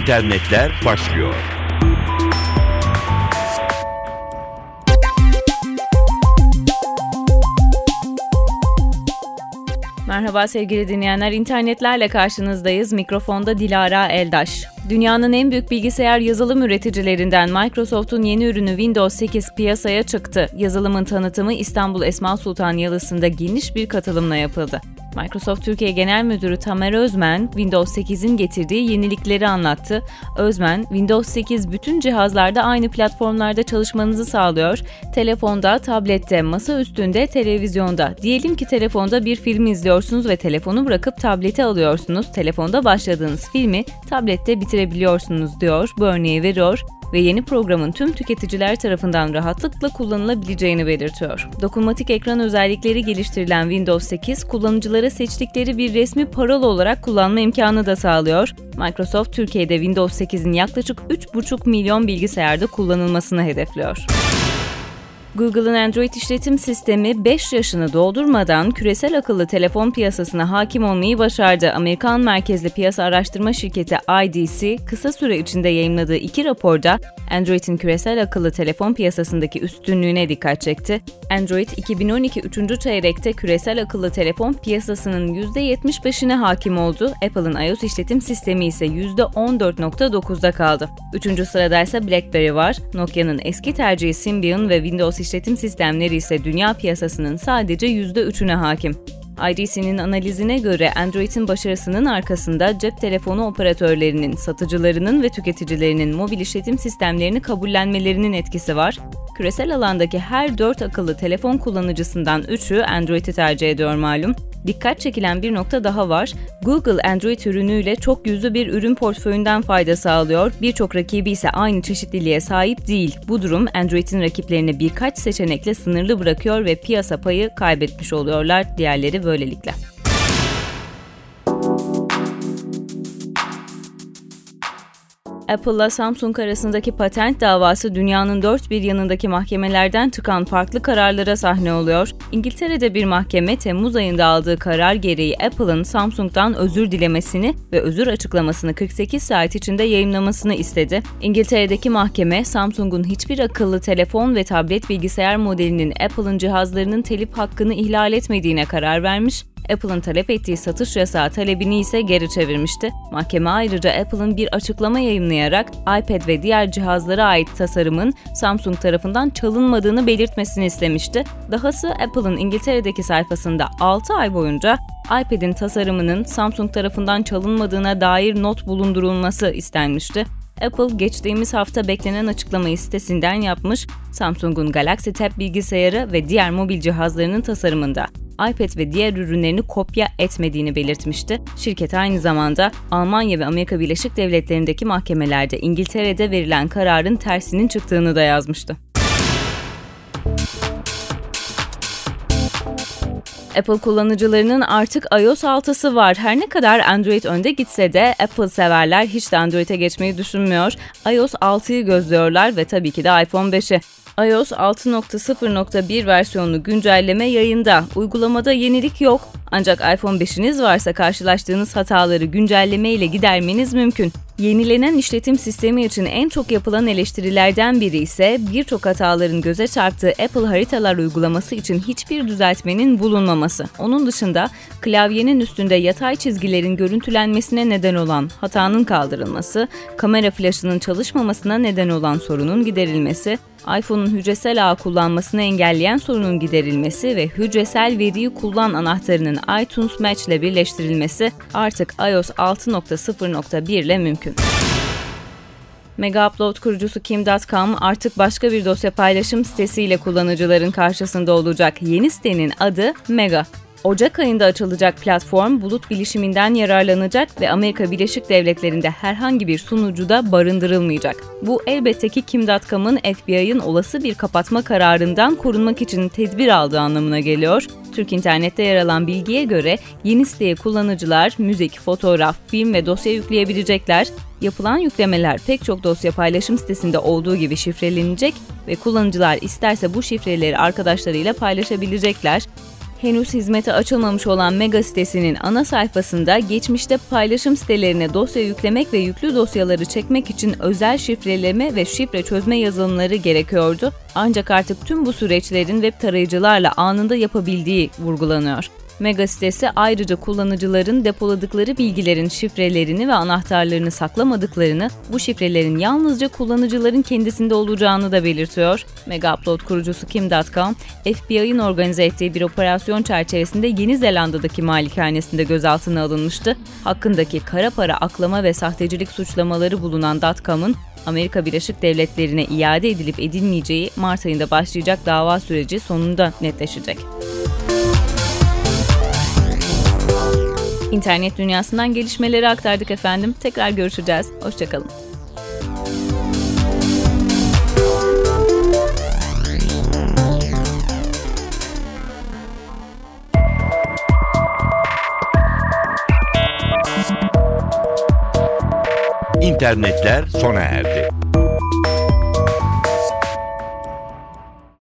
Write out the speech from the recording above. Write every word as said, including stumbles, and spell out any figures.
İnternetler başlıyor. Merhaba sevgili dinleyenler, internetlerle karşınızdayız. Mikrofonda Dilara Eldaş. Dünyanın en büyük bilgisayar yazılım üreticilerinden Microsoft'un yeni ürünü Windows sekiz piyasaya çıktı. Yazılımın tanıtımı İstanbul Esma Sultan Yalısı'nda geniş bir katılımla yapıldı. Microsoft Türkiye Genel Müdürü Tamer Özmen, Windows sekizin getirdiği yenilikleri anlattı. Özmen, Windows sekiz bütün cihazlarda aynı platformlarda çalışmanızı sağlıyor. Telefonda, tablette, masa üstünde, televizyonda. Diyelim ki telefonda bir film izliyorsunuz ve telefonu bırakıp tablete alıyorsunuz. Telefonda başladığınız filmi tablette bitirebiliyorsunuz diyor. Bu örneği veriyor ve yeni programın tüm tüketiciler tarafından rahatlıkla kullanılabileceğini belirtiyor. Dokunmatik ekran özellikleri geliştirilen Windows sekiz, kullanıcılara seçtikleri bir resmi parola olarak kullanma imkanı da sağlıyor. Microsoft, Türkiye'de Windows sekizin yaklaşık üç buçuk milyon bilgisayarda kullanılmasını hedefliyor. Google'ın Android işletim sistemi beş yaşını doldurmadan küresel akıllı telefon piyasasına hakim olmayı başardı. Amerikan merkezli piyasa araştırma şirketi I D C, kısa süre içinde yayımladığı iki raporda Android'in küresel akıllı telefon piyasasındaki üstünlüğüne dikkat çekti. Android, iki bin on iki üçüncü çeyrekte küresel akıllı telefon piyasasının yüzde yetmiş beşine hakim oldu. Apple'ın iOS işletim sistemi ise yüzde on dört virgül dokuzda kaldı. Üçüncü sırada ise BlackBerry var. Nokia'nın eski tercihi Symbian ve Windows işletim sistemleri ise dünya piyasasının sadece yüzde üçüne hakim. I D C'nin analizine göre Android'in başarısının arkasında cep telefonu operatörlerinin, satıcılarının ve tüketicilerinin mobil işletim sistemlerini kabullenmelerinin etkisi var. Küresel alandaki her dört akıllı telefon kullanıcısından üçü Android'i tercih ediyor malum. Dikkat çekilen bir nokta daha var. Google Android ürünüyle çok yüzlü bir ürün portföyünden fayda sağlıyor. Birçok rakibi ise aynı çeşitliliğe sahip değil. Bu durum Android'in rakiplerini birkaç seçenekle sınırlı bırakıyor ve piyasa payı kaybetmiş oluyorlar diğerleri böylelikle. Apple'la Samsung arasındaki patent davası dünyanın dört bir yanındaki mahkemelerden çıkan farklı kararlara sahne oluyor. İngiltere'de bir mahkeme Temmuz ayında aldığı karar gereği Apple'ın Samsung'dan özür dilemesini ve özür açıklamasını kırk sekiz saat içinde yayımlamasını istedi. İngiltere'deki mahkeme, Samsung'un hiçbir akıllı telefon ve tablet bilgisayar modelinin Apple'ın cihazlarının telif hakkını ihlal etmediğine karar vermiş. Apple'ın talep ettiği satış yasağı talebini ise geri çevirmişti. Mahkeme ayrıca Apple'ın bir açıklama yayımlayarak iPad ve diğer cihazlara ait tasarımın Samsung tarafından çalınmadığını belirtmesini istemişti. Dahası Apple'ın İngiltere'deki sayfasında altı ay boyunca iPad'in tasarımının Samsung tarafından çalınmadığına dair not bulundurulması istenmişti. Apple geçtiğimiz hafta beklenen açıklamayı sitesinden yapmış, Samsung'un Galaxy Tab bilgisayarı ve diğer mobil cihazlarının tasarımında iPad ve diğer ürünlerini kopya etmediğini belirtmişti. Şirket aynı zamanda Almanya ve Amerika Birleşik Devletleri'ndeki mahkemelerde İngiltere'de verilen kararın tersinin çıktığını da yazmıştı. Apple kullanıcılarının artık iOS altısı var. Her ne kadar Android önde gitse de Apple severler hiç de Android'e geçmeyi düşünmüyor. iOS altıyı gözlüyorlar ve tabii ki de iPhone beşi. iOS altı nokta sıfır nokta bir versiyonlu güncelleme yayında. Uygulamada yenilik yok. Ancak iPhone beşiniz varsa karşılaştığınız hataları güncelleme ile gidermeniz mümkün. Yenilenen işletim sistemi için en çok yapılan eleştirilerden biri ise birçok hataların göze çarptığı Apple Haritalar uygulaması için hiçbir düzeltmenin bulunmaması. Onun dışında klavyenin üstünde yatay çizgilerin görüntülenmesine neden olan hatanın kaldırılması, kamera flaşının çalışmamasına neden olan sorunun giderilmesi, iPhone'un hücresel ağ kullanmasını engelleyen sorunun giderilmesi ve hücresel veriyi kullan anahtarının iTunes Match ile birleştirilmesi artık iOS altı nokta sıfır nokta bir ile mümkün. Megaupload kurucusu Kim nokta com artık başka bir dosya paylaşım sitesiyle kullanıcıların karşısında olacak. Yeni sitenin adı Mega. Ocak ayında açılacak platform, bulut bilişiminden yararlanacak ve Amerika Birleşik Devletleri'nde herhangi bir sunucuda barındırılmayacak. Bu elbette ki Kim nokta com'un F B I'ın olası bir kapatma kararından korunmak için tedbir aldığı anlamına geliyor. Türk İnternet'te yer alan bilgiye göre yeni siteye kullanıcılar müzik, fotoğraf, film ve dosya yükleyebilecekler. Yapılan yüklemeler pek çok dosya paylaşım sitesinde olduğu gibi şifrelenecek ve kullanıcılar isterse bu şifreleri arkadaşlarıyla paylaşabilecekler. Henüz hizmete açılmamış olan Mega sitesinin ana sayfasında geçmişte paylaşım sitelerine dosya yüklemek ve yüklü dosyaları çekmek için özel şifreleme ve şifre çözme yazılımları gerekiyordu. Ancak artık tüm bu süreçlerin web tarayıcılarla anında yapabildiği vurgulanıyor. Mega sitesi ayrıca kullanıcıların depoladıkları bilgilerin şifrelerini ve anahtarlarını saklamadıklarını, bu şifrelerin yalnızca kullanıcıların kendisinde olacağını da belirtiyor. Megaupload kurucusu Kim nokta com, F B I'nin organize ettiği bir operasyon çerçevesinde Yeni Zelanda'daki malikanesinde gözaltına alınmıştı. Hakkındaki kara para aklama ve sahtecilik suçlamaları bulunan .com'un Amerika Birleşik Devletleri'ne iade edilip edilmeyeceği Mart ayında başlayacak dava süreci sonunda netleşecek. İnternet dünyasından gelişmeleri aktardık efendim. Tekrar görüşeceğiz. Hoşça kalın. İnternetler sona erdi.